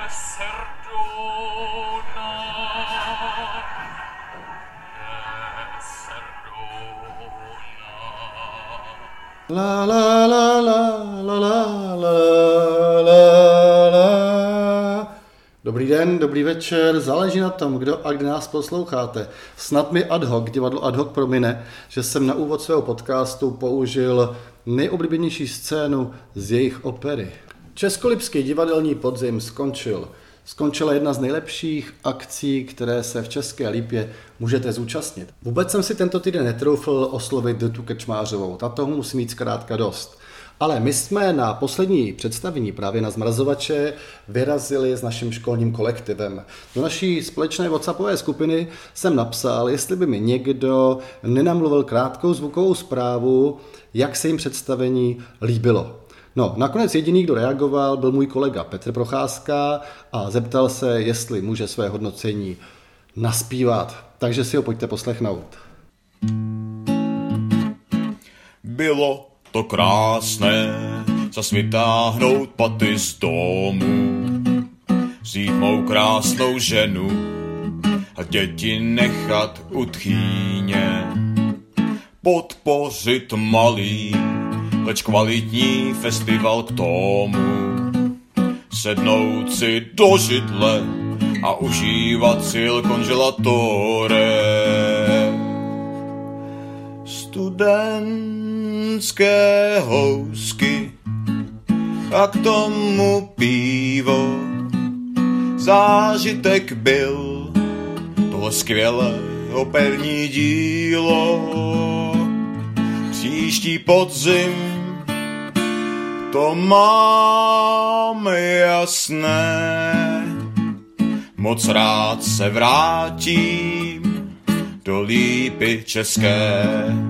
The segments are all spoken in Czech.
La la la la la la la la la. Dobrý den, dobrý večer, záleží na tom, kdo a kde nás posloucháte. Snad mi divadlo ad hoc promine, že jsem na úvod svého podcastu použil nejoblíbenější scénu z jejich opery. Českolipský divadelní podzim skončil. Skončila jedna z nejlepších akcí, které se v České Lípě můžete zúčastnit. Vůbec jsem si tento týden netroufl oslovit tu Krčmářovou, ta toho musí mít zkrátka dost. Ale my jsme na poslední představení právě na Zmrazovače vyrazili s naším školním kolektivem. Do naší společné WhatsAppové skupiny jsem napsal, jestli by mi někdo nenamluvil krátkou zvukovou zprávu, jak se jim představení líbilo. No, nakonec jediný, kdo reagoval, byl můj kolega Petr Procházka a zeptal se, jestli může své hodnocení naspívat. Takže si ho pojďte poslechnout. Bylo to krásné, zas vytáhnout paty z domu, vzít mou krásnou ženu a děti nechat u tchýně, podpořit malý, leč kvalitní festival k tomu, sednout si do židle a užívat si il congelatore. Studentské housky a k tomu pivo, zážitek byl tohle skvělé operní dílo. Příští podzim to máme jasné, moc rád se vrátím do Lípy české.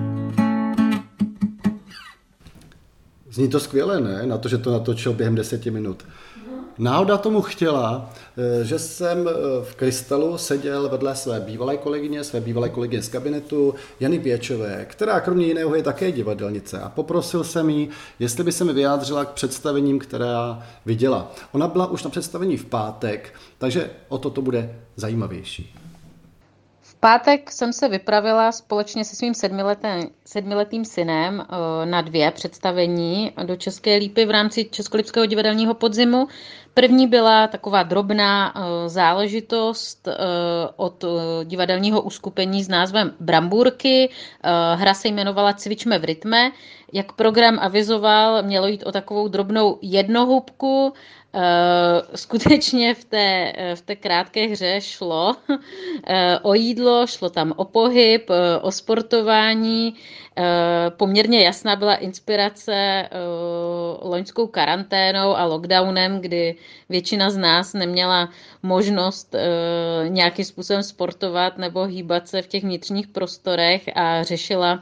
Zní to skvěle, ne? Na to, že to natočil během 10 minut. Náhoda tomu chtěla, že jsem v Krystalu seděl vedle své bývalé kolegyně z kabinetu, Jany Pěčové, která kromě jiného je také divadelnice, a poprosil jsem jí, jestli by se mi vyjádřila k představením, která viděla. Ona byla už na představení v pátek, takže o to bude zajímavější. V pátek jsem se vypravila společně se svým sedmiletým synem na 2 představení do České Lípy v rámci Českolipského divadelního podzimu. První byla taková drobná záležitost od divadelního uskupení s názvem Brambůrky. Hra se jmenovala Cvičme v rytme. Jak program avizoval, mělo jít o takovou drobnou jednohubku. Skutečně v té krátké hře šlo o jídlo, šlo tam o pohyb, o sportování. Poměrně jasná byla inspirace loňskou karanténou a lockdownem, kdy většina z nás neměla možnost nějakým způsobem sportovat nebo hýbat se v těch vnitřních prostorech a řešila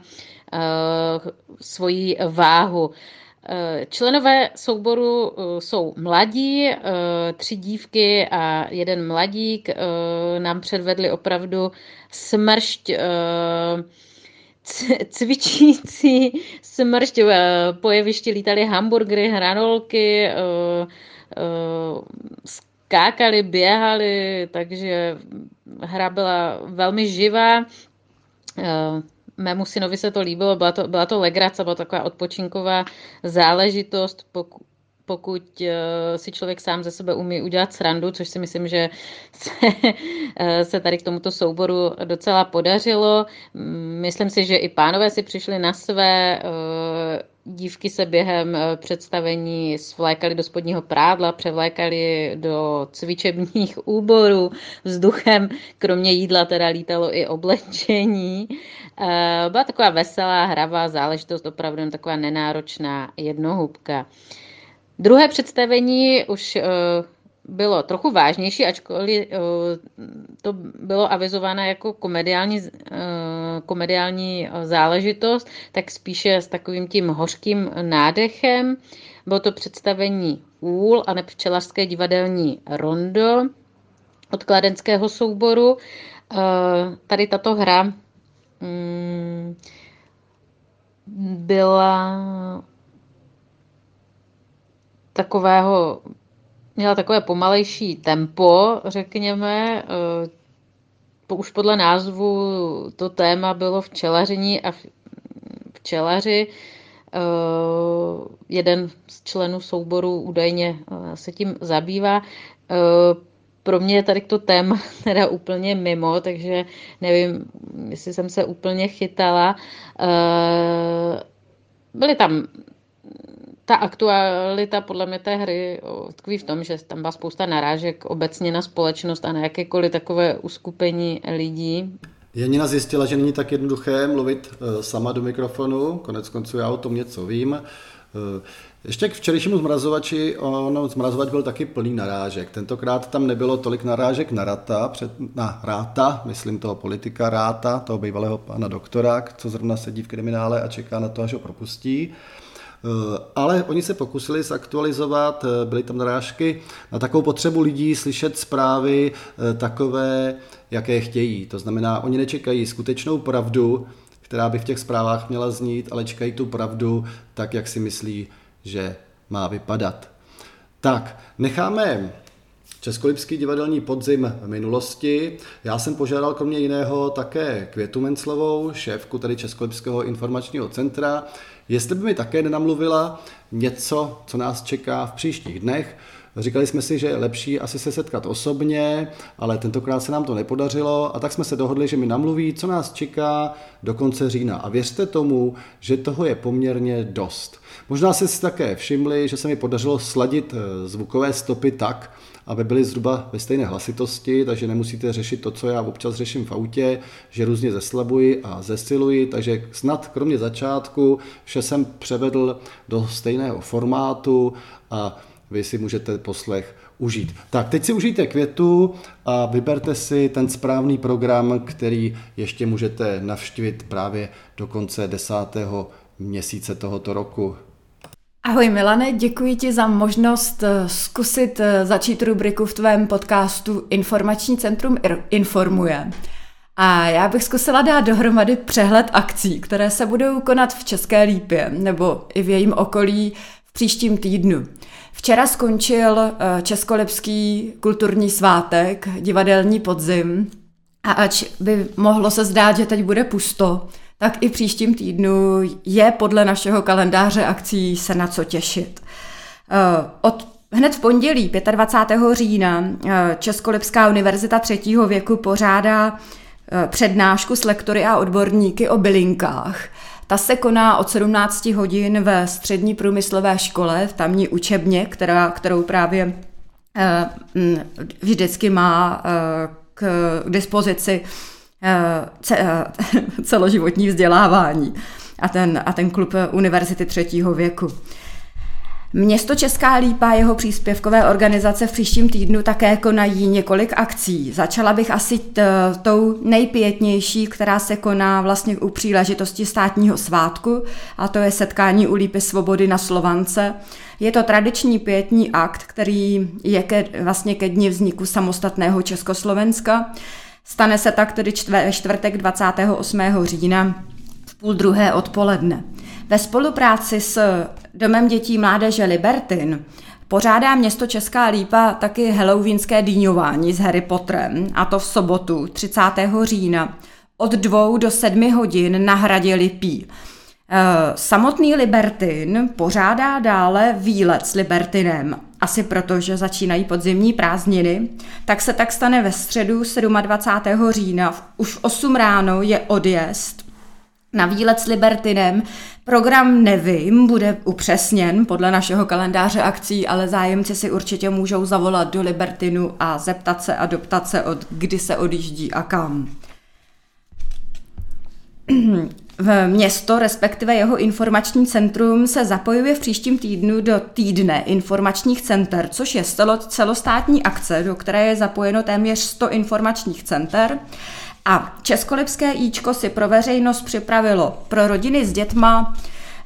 svoji váhu. Členové souboru jsou mladí, 3 dívky a 1 mladík. Nám předvedli opravdu smršť, cvičící smršť. Po jevišti lítaly hamburgery, hranolky, skákali, běhali, takže hra byla velmi živá. Mému synovi se to líbilo, byla to legrace, byla taková odpočinková záležitost, pokud si člověk sám ze sebe umí udělat srandu, což si myslím, že se tady k tomuto souboru docela podařilo. Myslím si, že i pánové si přišli na své, dívky se během představení svlékaly do spodního prádla, převlékaly do cvičebních úborů, vzduchem kromě jídla teda lítalo i oblečení. Byla taková veselá, hravá záležitost, opravdu taková nenáročná jednohubka. Druhé představení už bylo trochu vážnější, ačkoliv to bylo avizováno jako komediální záležitost, tak spíše s takovým tím hořkým nádechem. Bylo to představení Úl a včelařské divadelní rondo od kladenského souboru. Tady tato hra byla takového měla takové pomalejší tempo, řekněme. Už podle názvu to téma bylo včelaření a včelaři. Jeden z členů souboru údajně se tím zabývá. Pro mě je tady to téma teda úplně mimo, takže nevím, jestli jsem se úplně chytala. Byly tam ta aktualita podle mě té hry tkví v tom, že tam byla spousta narážek obecně na společnost a na jakékoliv takové uskupení lidí. Janina zjistila, že není tak jednoduché mluvit sama do mikrofonu, konec konců já o tom něco vím. Ještě k včerejšímu zmrazovači, zmrazovač byl taky plný narážek. Tentokrát tam nebylo tolik narážek na Ráta, myslím toho politika Ráta, toho bývalého pana doktora, co zrovna sedí v kriminále a čeká na to, až ho propustí. Ale oni se pokusili zaktualizovat, byly tam narážky na takovou potřebu lidí slyšet zprávy takové, jaké chtějí. To znamená, oni nečekají skutečnou pravdu, která by v těch zprávách měla znít, ale čekají tu pravdu tak, jak si myslí, že má vypadat. Tak, necháme Českolipský divadelní podzim v minulosti. Já jsem požádal kromě jiného také Květu Menclovou, šéfku tady Českolipského informačního centra, jestli by mi také nenamluvila něco, co nás čeká v příštích dnech. Říkali jsme si, že je lepší asi se setkat osobně, ale tentokrát se nám to nepodařilo a tak jsme se dohodli, že mi namluví, co nás čeká do konce října. A věřte tomu, že toho je poměrně dost. Možná jste si také všimli, že se mi podařilo sladit zvukové stopy tak, aby byly zhruba ve stejné hlasitosti, takže nemusíte řešit to, co já občas řeším v autě, že různě zeslabuji a zesiluji, takže snad kromě začátku vše jsem převedl do stejného formátu a vy si můžete poslech užít. Tak, teď si užijte Květu a vyberte si ten správný program, který ještě můžete navštívit právě do konce 10. měsíce tohoto roku. Ahoj Milane, děkuji ti za možnost zkusit začít rubriku v tvém podcastu Informační centrum informuje. A já bych zkusila dát dohromady přehled akcí, které se budou konat v České Lípě nebo i v jejím okolí v příštím týdnu. Včera skončil Českolipský kulturní svátek, divadelní podzim a ač by mohlo se zdát, že teď bude pusto, tak i v příštím týdnu je podle našeho kalendáře akcí se na co těšit. Hned v pondělí 25. října Českolipská univerzita 3. věku pořádá přednášku s lektory a odborníky o bylinkách. Ta se koná od 17 hodin ve střední průmyslové škole, v tamní učebně, kterou právě vždycky má k dispozici celoživotní vzdělávání a ten klub Univerzity 3. věku. Město Česká Lípa a jeho příspěvkové organizace v příštím týdnu také konají několik akcí. Začala bych asi tou nejpětnější, která se koná vlastně u příležitosti státního svátku, a to je setkání u Lípy Svobody na Slovance. Je to tradiční pietní akt, který je vlastně ke dni vzniku samostatného Československa. Stane se tak tedy ve čtvrtek 28. října v 12:30 odpoledne. Ve spolupráci s Domem dětí mládeže Libertin pořádá město Česká Lípa taky halloweenské dýňování s Harry Potterem, a to v sobotu 30. října od 2 do 7 hodin na hradě Lipí. Samotný Libertin pořádá dále výlet s Libertinem, asi proto, že začínají podzimní prázdniny, tak se tak stane ve středu 27. října. Už v 8 ráno je odjezd na výlet s Libertinem. Program nevím, bude upřesněn podle našeho kalendáře akcí, ale zájemci si určitě můžou zavolat do Libertinu a zeptat se a doptat se, od kdy se odjíždí a kam. V město, respektive jeho informační centrum, se zapojuje v příštím týdnu do týdne informačních center, což je celostátní akce, do které je zapojeno téměř 100 informačních center. A Českolipské íčko si pro veřejnost připravilo pro rodiny s dětma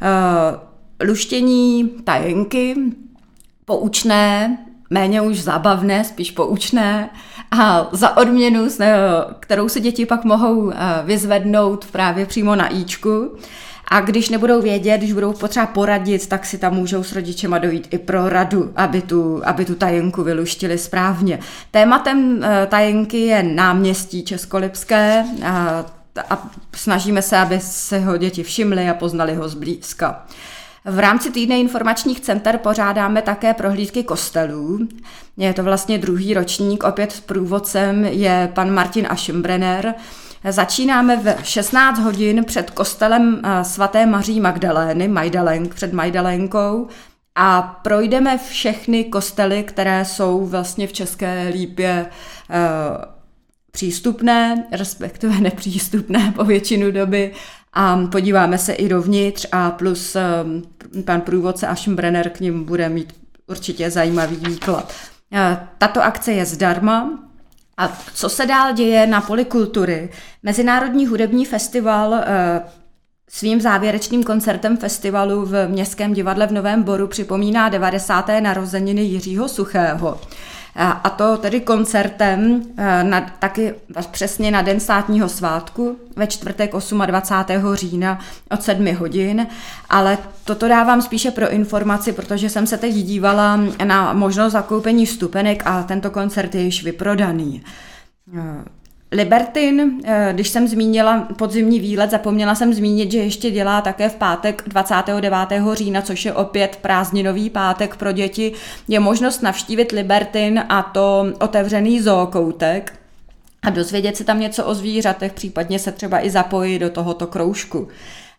luštění tajenky, poučné, méně už zábavné, spíš poučné, a za odměnu, kterou si děti pak mohou vyzvednout právě přímo na íčku. A když nebudou vědět, když budou potřeba poradit, tak si tam můžou s rodičema dojít i pro radu, aby tu tajenku vyluštili správně. Tématem tajenky je náměstí Českolipské a snažíme se, aby se ho děti všimly a poznali ho zblízka. V rámci týdne informačních center pořádáme také prohlídky kostelů. Je to vlastně 2. ročník, opět s průvodcem je pan Martin Aschenbrenner. Začínáme v 16 hodin před kostelem svaté Maří Magdalény, před Majdalénkou, a projdeme všechny kostely, které jsou vlastně v České Lípě přístupné, respektive nepřístupné po většinu doby, a podíváme se i dovnitř a plus pan průvodce Aschenbrenner k nim bude mít určitě zajímavý výklad. Tato akce je zdarma. A co se dál děje na poli kultury? Mezinárodní hudební festival svým závěrečným koncertem festivalu v Městském divadle v Novém Boru připomíná 90. narozeniny Jiřího Suchého. A to tedy koncertem taky přesně na den státního svátku ve čtvrtek 28. října od 7 hodin, ale toto dávám spíše pro informaci, protože jsem se teď dívala na možnost zakoupení vstupenek a tento koncert je již vyprodaný. Libertin, když jsem zmínila podzimní výlet, zapomněla jsem zmínit, že ještě dělá také v pátek 29. října, což je opět prázdninový pátek pro děti. Je možnost navštívit Libertin, a to otevřený zookoutek, a dozvědět se tam něco o zvířatech, případně se třeba i zapojit do tohoto kroužku.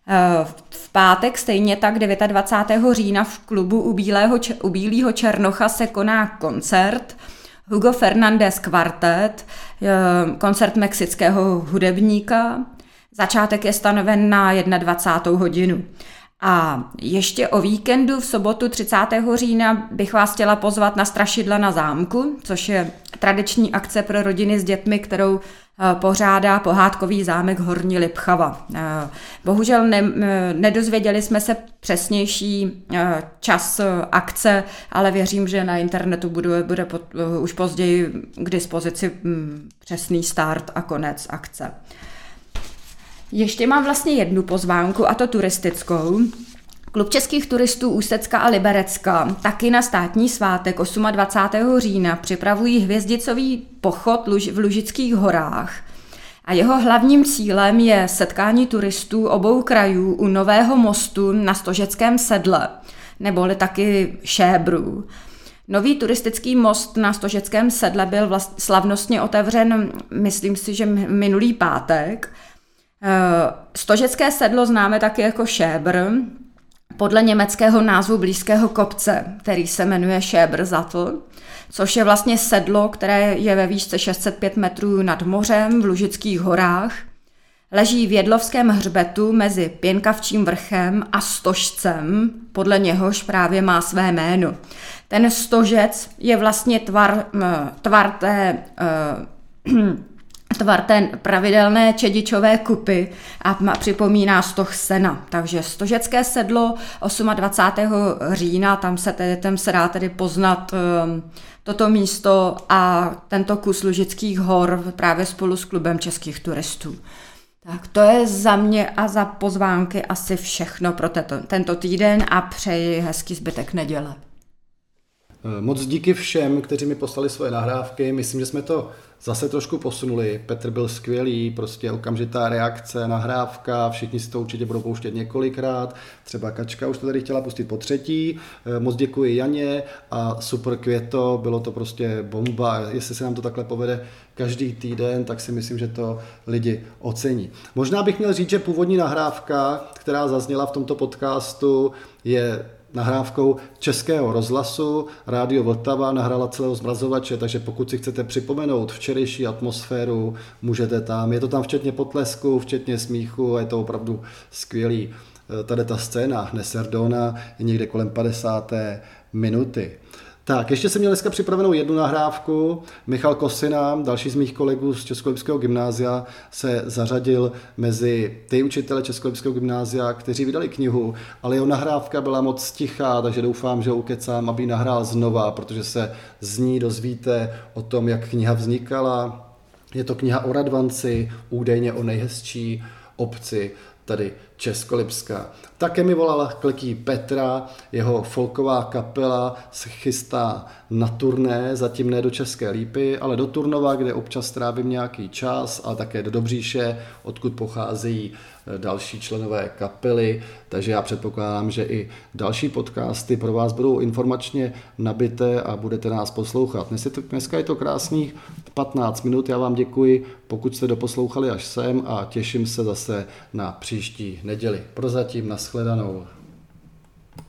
V pátek stejně tak 29. října v klubu u Bílého Černocha se koná koncert Hugo Fernandez Quartet, koncert mexického hudebníka. Začátek je stanoven na 21. hodinu. A ještě o víkendu v sobotu 30. října bych vás chtěla pozvat na Strašidla na zámku, což je tradiční akce pro rodiny s dětmi, kterou pořádá pohádkový zámek Horní Lipchava. Bohužel nedozvěděli jsme se přesnější čas akce, ale věřím, že na internetu bude už později k dispozici přesný start a konec akce. Ještě mám vlastně jednu pozvánku, a to turistickou. Klub českých turistů Ústecka a Liberecka taky na státní svátek 28. října připravují hvězdicový pochod v Lužických horách. A jeho hlavním cílem je setkání turistů obou krajů u Nového mostu na Stožeckém sedle, neboli taky Šébru. Nový turistický most na Stožeckém sedle byl slavnostně otevřen, myslím si, že minulý pátek. Stožecké sedlo známe taky jako Šébr, podle německého názvu blízkého kopce, který se jmenuje Schäbersattel, což je vlastně sedlo, které je ve výšce 605 metrů nad mořem v Lužických horách. Leží v Jedlovském hřbetu mezi Pěnkavčím vrchem a Stožcem, podle něhož právě má své jméno. Ten Stožec je vlastně tvar té pravidelné čedičové kupy a připomíná stoh sena. Takže Stožecké sedlo 28. října, tam se dá tedy poznat toto místo a tento kus Lužických hor právě spolu s klubem českých turistů. Tak to je za mě a za pozvánky asi všechno pro tento týden a přeji hezký zbytek neděle. Moc díky všem, kteří mi poslali svoje nahrávky. Myslím, že jsme to zase trošku posunuli. Petr byl skvělý, prostě okamžitá reakce, nahrávka, všichni si to určitě budou pouštět několikrát. Třeba Kačka už to tady chtěla pustit po třetí. Moc děkuji Janě a super Květo, bylo to prostě bomba. Jestli se nám to takhle povede každý týden, tak si myslím, že to lidi ocení. Možná bych měl říct, že původní nahrávka, která zazněla v tomto podcastu, je nahrávkou Českého rozhlasu. Rádio Vltava nahrála celého zmrazovače, takže pokud si chcete připomenout včerejší atmosféru, můžete tam. Je to tam včetně potlesku, včetně smíchu a je to opravdu skvělý. Tady ta scéna Neserdona je někde kolem 50. minuty. Tak, ještě jsem měl dneska připravenou jednu nahrávku. Michal Kosina, další z mých kolegů z Českolipského gymnázia, se zařadil mezi ty učitele Českolipského gymnázia, kteří vydali knihu, ale jeho nahrávka byla moc tichá, takže doufám, že ho ukecám, aby ji nahrál znova, protože se z ní dozvíte o tom, jak kniha vznikala. Je to kniha o Radvanci, údajně o nejhezčí obci tady Českolipska. Také mi volala Kletí Petra, jeho folková kapela se chystá na turné, zatím ne do České Lípy, ale do Turnova, kde občas trávím nějaký čas, ale také do Dobříše, odkud pocházejí další členové kapely, takže já předpokládám, že i další podcasty pro vás budou informačně nabité a budete nás poslouchat. Dneska je to krásných 15 minut, já vám děkuji, pokud jste doposlouchali až sem a těším se zase na příští neděli. Prozatím nashledanou.